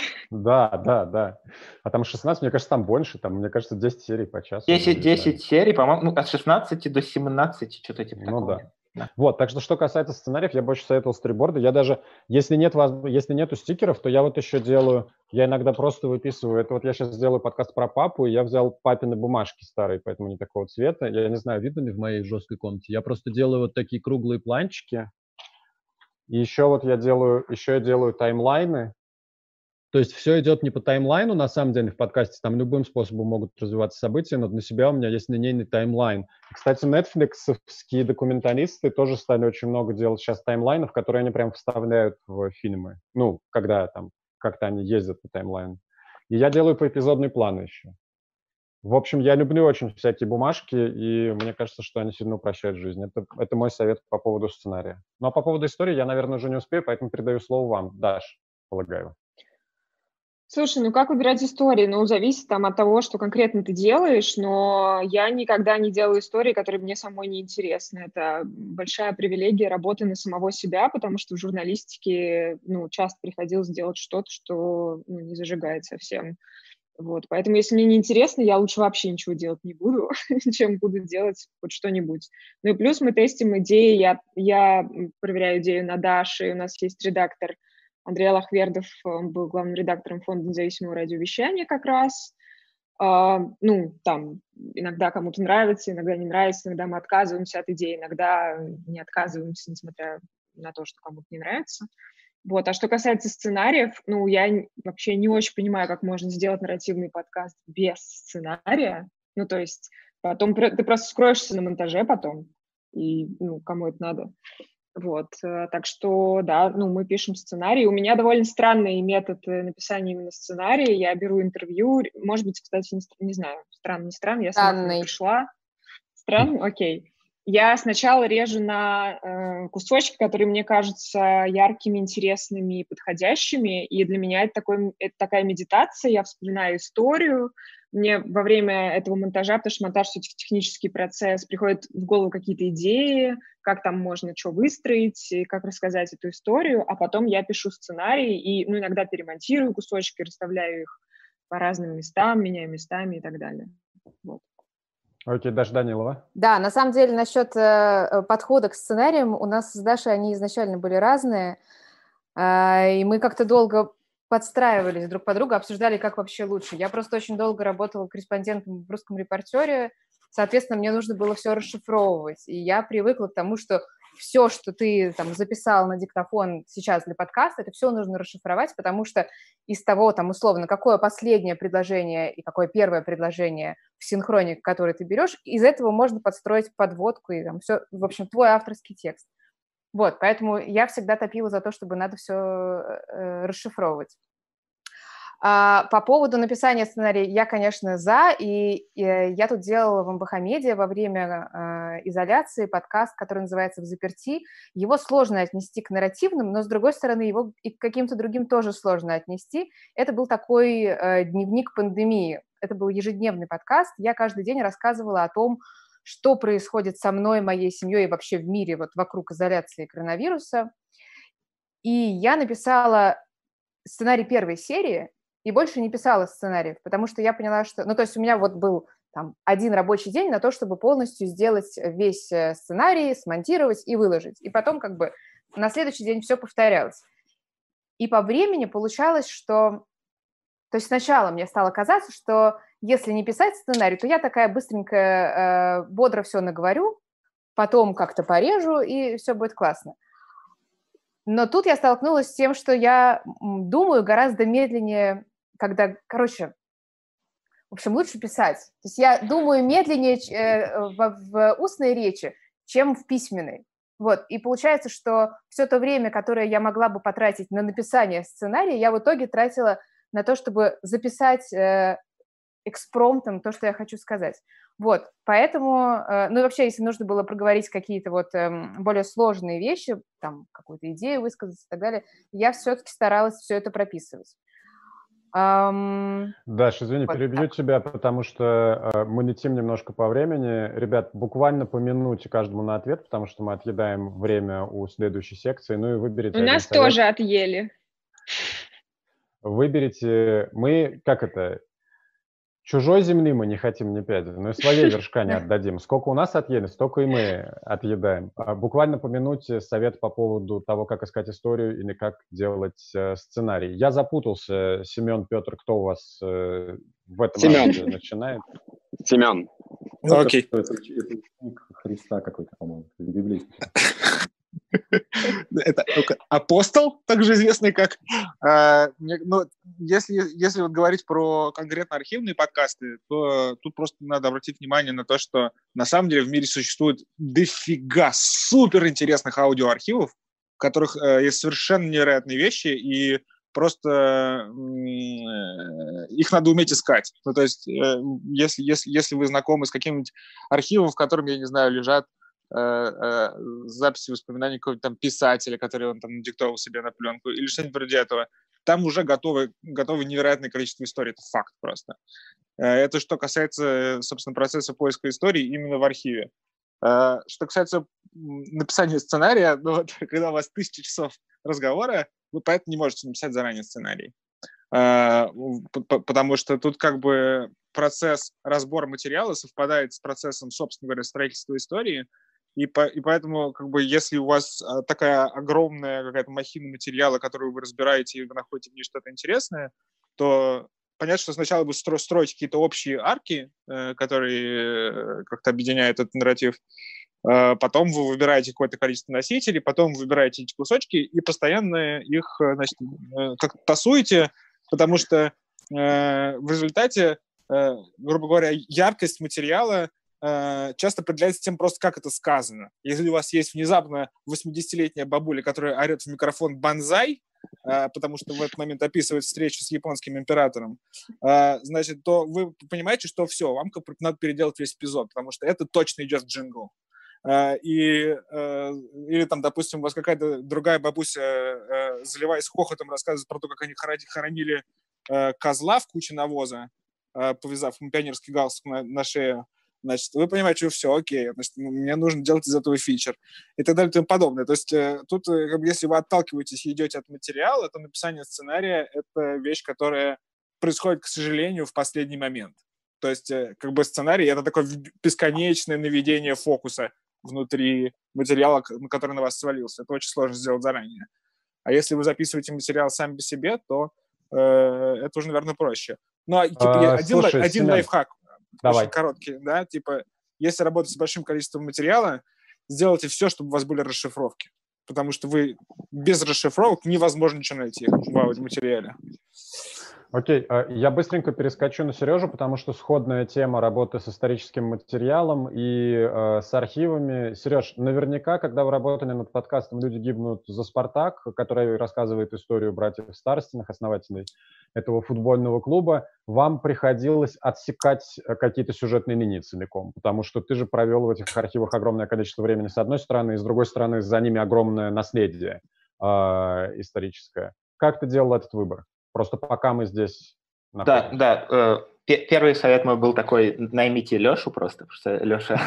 Да, да, да. А там шестнадцать, мне кажется, там больше, там, мне кажется, десять серий по часу. десять серий, по-моему, ну, от шестнадцати до семнадцати, что-то типа такого. Ну, да. Да. Вот, так что, что сториборды, сценариев, я больше советовал сториборды. Я даже, если нет вас, если нету стикеров, то я вот еще делаю, я иногда просто выписываю. Это вот я сейчас сделаю подкаст про папу, и я взял папины бумажки старые, поэтому они такого цвета. Я не знаю, видно ли в моей жесткой комнате. Я просто делаю вот такие круглые планчики. И еще вот я делаю, еще я делаю таймлайны. То есть все идет не по таймлайну, на самом деле, в подкасте, там любым способом могут развиваться события, но для себя у меня есть линейный таймлайн. Кстати, нетфликсовские документалисты тоже стали очень много делать сейчас таймлайнов, которые они прям вставляют в фильмы. Ну, когда там как-то они ездят по таймлайну. И я делаю поэпизодные планы еще. В общем, я люблю очень всякие бумажки, и мне кажется, что они сильно упрощают жизнь. Это, это мой совет по поводу сценария. Ну, а по поводу истории я, наверное, уже не успею, поэтому передаю слово вам. Даш, полагаю. Слушай, ну как выбирать истории? Ну, зависит там от того, что конкретно ты делаешь, но я никогда не делаю истории, которые мне самой не интересны. Это большая привилегия работы на самого себя, потому что в журналистике, ну, часто приходилось делать что-то, что, ну, не зажигает совсем. Вот, поэтому, если мне не интересно, я лучше вообще ничего делать не буду, чем буду делать хоть что-нибудь. Ну и плюс мы тестим идеи, я, я проверяю идею на Даше, у нас есть редактор Андрей Аллахвердов, он был главным редактором Фонда независимого радиовещания как раз. Ну, там иногда кому-то нравится, иногда не нравится, иногда мы отказываемся от идеи, иногда не отказываемся, несмотря на то, что кому-то не нравится. Вот. А что касается сценариев, ну, я вообще не очень понимаю, как можно сделать нарративный подкаст без сценария. Ну, то есть потом ты просто скроешься на монтаже потом, и, ну, кому это надо. Вот, так что, да, ну, мы пишем сценарий. У меня довольно странный метод написания именно сценария. Я беру интервью, может быть, кстати, не, не знаю, странно, не странно, я сама к нему пришла. Странно? Окей. Я сначала режу на э, кусочки, которые мне кажутся яркими, интересными и подходящими, и для меня это, такой, это такая медитация, я вспоминаю историю, мне во время этого монтажа, потому что монтаж все-таки технический процесс, приходят в голову какие-то идеи, как там можно что выстроить, и как рассказать эту историю, а потом я пишу сценарий и, ну, иногда перемонтирую кусочки, расставляю их по разным местам, меняю местами и так далее. Вот. Окей, Даша Данилова. Да, на самом деле насчет э, подхода к сценариям у нас с Дашей они изначально были разные, э, и мы как-то долго подстраивались друг под друга, обсуждали, как вообще лучше. Я просто очень долго работала корреспондентом в «Русском репортере», соответственно, мне нужно было все расшифровывать, и я привыкла к тому, что все, что ты там записал на диктофон сейчас для подкаста, это все нужно расшифровать, потому что из того, там, условно, какое последнее предложение и какое первое предложение в синхроне, который ты берешь, из этого можно подстроить подводку и там все, в общем, твой авторский текст. Вот, поэтому я всегда топила за то, чтобы надо все э, расшифровывать. А, по поводу написания сценария, я, конечно, за, и, и я тут делала в эм бэ ха Медиа во время э, изоляции подкаст, который называется «Взаперти». Его сложно отнести к нарративным, но, с другой стороны, его и к каким-то другим тоже сложно отнести. Это был такой э, дневник пандемии. Это был ежедневный подкаст. Я каждый день рассказывала о том, что происходит со мной, моей семьей и вообще в мире вот вокруг изоляции коронавируса. И я написала сценарий первой серии, и больше не писала сценариев, потому что я поняла, что... Ну, то есть у меня вот был там один рабочий день на то, чтобы полностью сделать весь сценарий, смонтировать и выложить. И потом как бы на следующий день все повторялось. И по времени получалось, что... То есть сначала мне стало казаться, что если не писать сценарий, то я такая быстренько, э, бодро все наговорю, потом как-то порежу, и все будет классно. Но тут я столкнулась с тем, что я думаю гораздо медленнее, когда, короче, в общем, лучше писать. То есть я думаю медленнее в, в устной речи, чем в письменной. Вот. И получается, что все то время, которое я могла бы потратить на написание сценария, я в итоге тратила на то, чтобы записать э, экспромтом то, что я хочу сказать. Вот, поэтому, э, ну и вообще, если нужно было проговорить какие-то вот э, более сложные вещи, там, какую-то идею высказать и так далее, я все-таки старалась все это прописывать. Um, Даш, извини, вот перебью так. тебя, потому что э, мы летим немножко по времени. Ребят, буквально по минуте каждому на ответ, потому что мы отъедаем время у следующей секции. Ну и выберите. У нас совет. тоже отъели. Выберите. Мы, как это, чужой земли мы не хотим ни пяди, но и своей вершка не отдадим. Сколько у нас отъели, столько и мы отъедаем. Буквально по минуте совет по поводу того, как искать историю или как делать сценарий. Я запутался. Семен, Петр, кто у вас в этом Семен начинает? Семен. Окей. Это, это, это ученик Христа какой-то, по-моему, библейский. Это апостол, также известный как... Э, ну, если, если вот говорить про конкретно архивные подкасты, то тут просто надо обратить внимание на то, что на самом деле в мире существует дофига суперинтересных аудиоархивов, в которых э, есть совершенно невероятные вещи, и просто э, их надо уметь искать. Ну, то есть, э, если, если, если вы знакомы с каким-нибудь архивом, в котором, я не знаю, лежат записи воспоминаний какого-то там писателя, который он там надиктовал себе на пленку, или что-нибудь вроде этого. Там уже готовы, готовы невероятное количество историй. Это факт просто. Это что касается, собственно, процесса поиска истории именно в архиве. Что касается написания сценария, ну, вот, когда у вас тысяча часов разговора, вы поэтому не можете написать заранее сценарий. Потому что тут как бы процесс разбора материала совпадает с процессом, собственно говоря, строительства истории. И, по, и поэтому, как бы, если у вас такая огромная какая-то махина материала, которую вы разбираете, и вы находите в ней что-то интересное, то понятно, что сначала вы стро- строите какие-то общие арки, э, которые э, как-то объединяют этот нарратив, э, потом вы выбираете какое-то количество носителей, потом выбираете эти кусочки и постоянно их, значит, э, как-то тасуете, потому что э, в результате, э, грубо говоря, яркость материала часто определяется тем просто, как это сказано. Если у вас есть внезапно восьмидесятилетняя бабуля, которая орет в микрофон «банзай», потому что в этот момент описывает встречу с японским императором, значит, то вы понимаете, что все, вам надо переделать весь эпизод, потому что это точно идет в джингл. И, или там, допустим, у вас какая-то другая бабуся, заливаясь хохотом, рассказывает про то, как они хоронили козла в куче навоза, повязав ему пионерский галстук на, на шею. Значит, вы понимаете, что все, окей, значит, мне нужно делать из этого фичер и так далее и тому подобное. То есть э, тут, э, как бы, если вы отталкиваетесь и идете от материала, то написание сценария — это вещь, которая происходит, к сожалению, в последний момент. То есть э, как бы сценарий — это такое бесконечное наведение фокуса внутри материала, на который на вас свалился. Это очень сложно сделать заранее. А если вы записываете материал сами по себе, то э, это уже, наверное, проще. Ну, типа, а, один, слушай, один Семен, лайфхак. давай. Очень короткий, да, типа, если работать с большим количеством материала, сделайте все, чтобы у вас были расшифровки, потому что вы без расшифровок невозможно ничего найти в аудиоматериале. Окей, я быстренько перескочу на Сережу, потому что сходная тема работы с историческим материалом и э, с архивами. Сереж, наверняка, когда вы работали над подкастом «Люди гибнут за Спартак», который рассказывает историю братьев Старостиных, основателей этого футбольного клуба, вам приходилось отсекать какие-то сюжетные линии целиком, потому что ты же провел в этих архивах огромное количество времени с одной стороны, и с другой стороны за ними огромное наследие э, историческое. Как ты делал этот выбор? Просто пока мы здесь находимся. Да, да. Первый совет мой был такой: наймите Лешу просто, потому что Леша,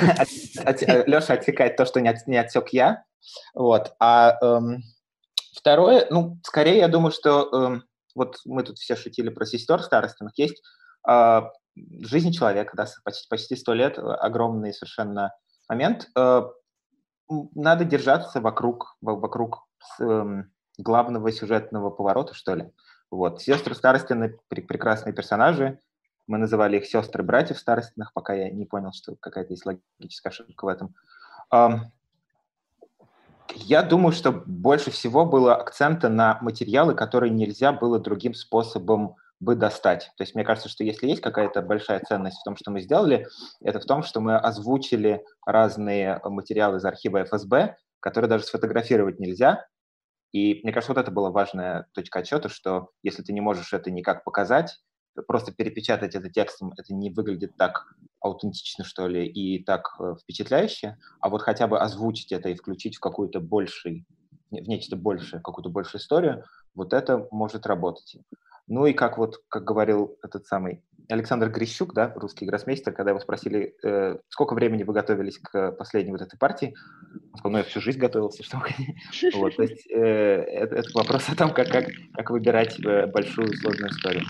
Леша отсекает то, что не отсек я. Вот. А эм, второе, ну, скорее, я думаю, что эм, вот мы тут все шутили про сестер Старостиных. Есть э, жизнь человека, да, почти, почти сто лет, огромный совершенно момент. Э, надо держаться вокруг, вокруг э, главного сюжетного поворота, что ли. Вот. Сестры Старостины – прекрасные персонажи. Мы называли их сестры братьев Старостиных, пока я не понял, что какая-то есть логическая ошибка в этом. Я думаю, что больше всего было акцента на материалы, которые нельзя было другим способом бы достать. То есть мне кажется, что если есть какая-то большая ценность в том, что мы сделали, это в том, что мы озвучили разные материалы из архива эф эс бэ, которые даже сфотографировать нельзя. И мне кажется, вот это была важная точка отсчета, что если ты не можешь это никак показать, просто перепечатать это текстом, это не выглядит так аутентично, что ли, и так э, впечатляюще, а вот хотя бы озвучить это и включить в какую-то больший, в нечто большее, какую-то большую историю, вот это может работать. Ну и как вот, как говорил этот самый Александр Грищук, да, русский гроссмейстер, когда его спросили, э, сколько времени вы готовились к последней вот этой партии, он сказал, ну я всю жизнь готовился, что вот, то есть э, это, это вопрос о том, как, как, как выбирать большую сложную историю.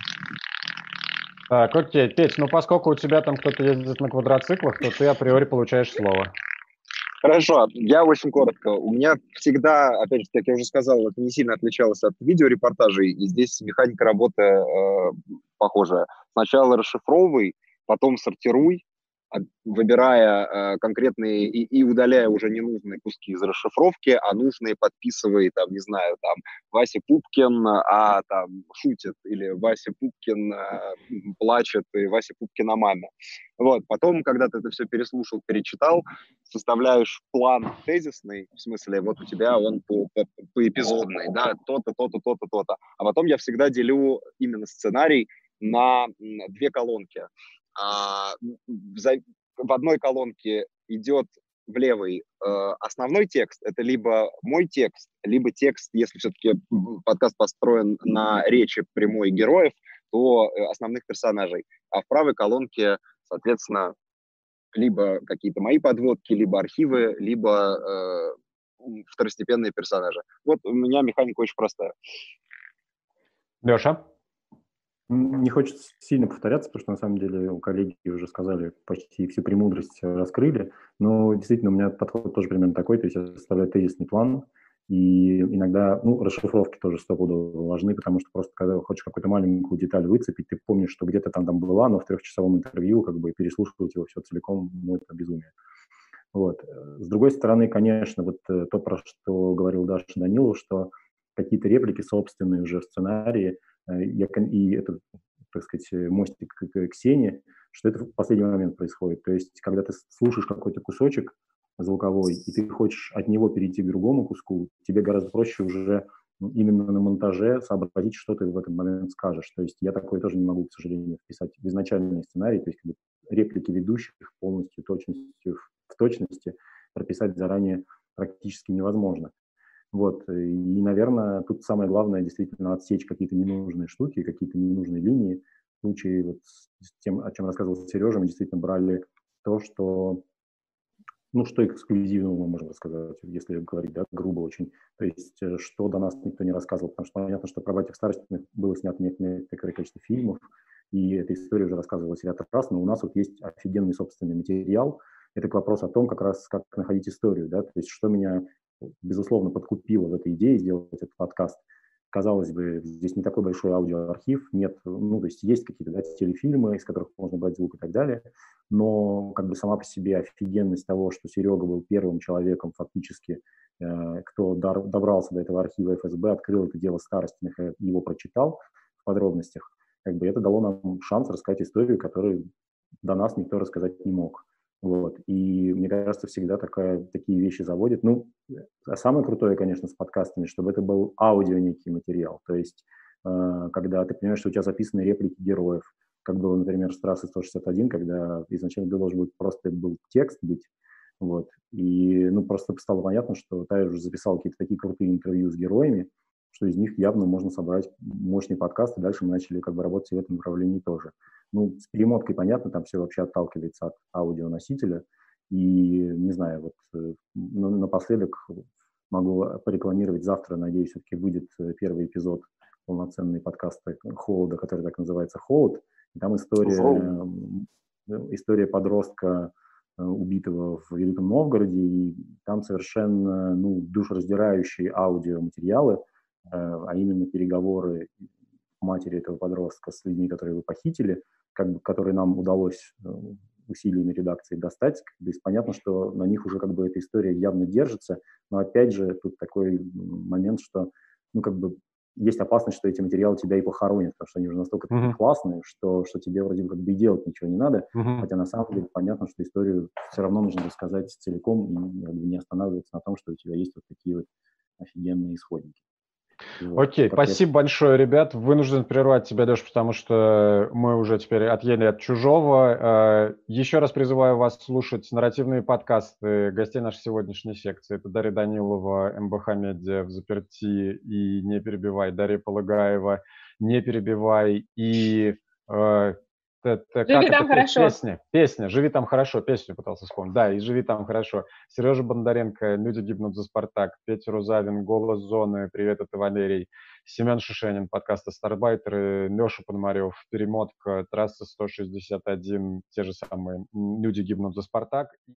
Так, окей, Петь, ну поскольку у тебя там кто-то ездит на квадроциклах, то ты априори получаешь слово. Хорошо, я очень коротко. У меня всегда, опять же, как я уже сказал, это не сильно отличалось от видеорепортажей, и здесь механика работы э, похожая. Сначала расшифровывай, потом сортируй, выбирая э, конкретные и, и удаляя уже ненужные куски из расшифровки, а нужные подписывай, там, не знаю, там, Вася Пупкин, а там шутит, или Вася Пупкин э, плачет, и Вася Пупкин о маме. Вот, потом, когда ты это все переслушал, перечитал, составляешь план тезисный, в смысле, вот у тебя он по, по, по эпизодный, да, то-то, то-то, то-то, то-то. А потом я всегда делю именно сценарий на две колонки. А, в одной колонке идет в левой э, основной текст, это либо мой текст, либо текст, если все-таки подкаст построен на речи прямой героев, то э, основных персонажей. А в правой колонке, соответственно, либо какие-то мои подводки, либо архивы, либо э, второстепенные персонажи. Вот у меня механика очень простая. Леша? Не хочется сильно повторяться, потому что на самом деле коллеги уже сказали, почти всю премудрость раскрыли, но действительно у меня подход тоже примерно такой, то есть я составляю тезисный план, и иногда, ну, расшифровки тоже стопудово важны, потому что просто когда хочешь какую-то маленькую деталь выцепить, ты помнишь, что где-то там, там была, но в трехчасовом интервью как бы переслушивать его все целиком, ну, это безумие. Вот. С другой стороны, конечно, вот то, про что говорил Даша Данилов, что какие-то реплики собственные уже в сценарии, я, и это, так сказать, мостик к, к Ксении, что это в последний момент происходит. То есть, когда ты слушаешь какой-то кусочек звуковой, и ты хочешь от него перейти к другому куску, тебе гораздо проще уже именно на монтаже сообразить, что ты в этот момент скажешь. То есть я такое тоже не могу, к сожалению, вписать в изначальный сценарий, то есть как бы, реплики ведущих полностью точностью, в точности прописать заранее практически невозможно. Вот, и, наверное, тут самое главное действительно отсечь какие-то ненужные штуки, какие-то ненужные линии. В случае вот с тем, о чем рассказывал Сережа, мы действительно брали то, что, ну, что эксклюзивного, мы можем рассказать, если говорить, да, грубо очень. То есть, что до нас никто не рассказывал, потому что понятно, что про «Братьев Старостиных» было снято некоторое количество фильмов, и эта история уже рассказывалась ряд раз, но у нас вот есть офигенный собственный материал. Это к вопросу о том, как раз как находить историю, да, то есть, что меня безусловно, подкупило в этой идее сделать этот подкаст. Казалось бы, здесь не такой большой аудиоархив, нет, ну, то есть есть какие-то, да, телефильмы, из которых можно брать звук и так далее, но как бы сама по себе офигенность того, что Серега был первым человеком фактически, э, кто дар, добрался до этого архива эф эс бэ, открыл это дело Старостиных и его прочитал в подробностях, как бы это дало нам шанс рассказать историю, которую до нас никто рассказать не мог. Вот. И мне кажется, всегда такая, такие вещи заводят. Ну, а самое крутое, конечно, с подкастами, чтобы это был аудио некий материал. То есть, э, когда ты понимаешь, что у тебя записаны реплики героев, как было, например, с трассы сто шестьдесят один, когда изначально должен был просто был текст быть. Вот. И, ну, просто стало понятно, что Тая уже записал какие-то такие крутые интервью с героями, что из них явно можно собрать мощный подкаст, и дальше мы начали как бы работать в этом направлении тоже. Ну, с перемоткой, понятно, там все вообще отталкивается от аудионосителя. И, не знаю, вот э, напоследок могу порекламировать. Завтра, надеюсь, все-таки выйдет первый эпизод полноценный подкаста «Холода», который так называется «Холод». И там история, история подростка, убитого в Великом Новгороде. И там совершенно, ну, душераздирающие аудиоматериалы, а именно переговоры матери этого подростка с людьми, которые его похитили, как бы, которые нам удалось усилиями редакции достать. То есть понятно, что на них уже как бы эта история явно держится, но опять же тут такой момент, что, ну, как бы есть опасность, что эти материалы тебя и похоронят, потому что они уже настолько mm-hmm. такие классные, что, что тебе вроде как бы и делать ничего не надо, mm-hmm. хотя на самом деле понятно, что историю все равно нужно рассказать целиком и как бы не останавливаться на том, что у тебя есть вот такие вот офигенные исходники. Вот, Окей, спасибо это... большое, ребят. Вынужден прервать тебя, Леш, потому что мы уже теперь отъели от чужого. Еще раз призываю вас слушать нарративные подкасты гостей нашей сегодняшней секции. Это Дарья Данилова, эм бэ ха Медиа, «В заперти» и «Не перебивай», Дарья Полагаева, «Не перебивай» и... Это, «Живи там это, хорошо». Песня, песня «Живи там хорошо», песню пытался вспомнить. Да, и «Живи там хорошо». Сережа Бондаренко, «Люди гибнут за Спартак», Петя Рузавин, «Голос зоны», «Привет, это Валерий», Семен Шишенин, подкаста «Старбайтеры», Леша Пономарев, «Перемотка», «Трасса сто шестьдесят один», те же самые «Люди гибнут за Спартак».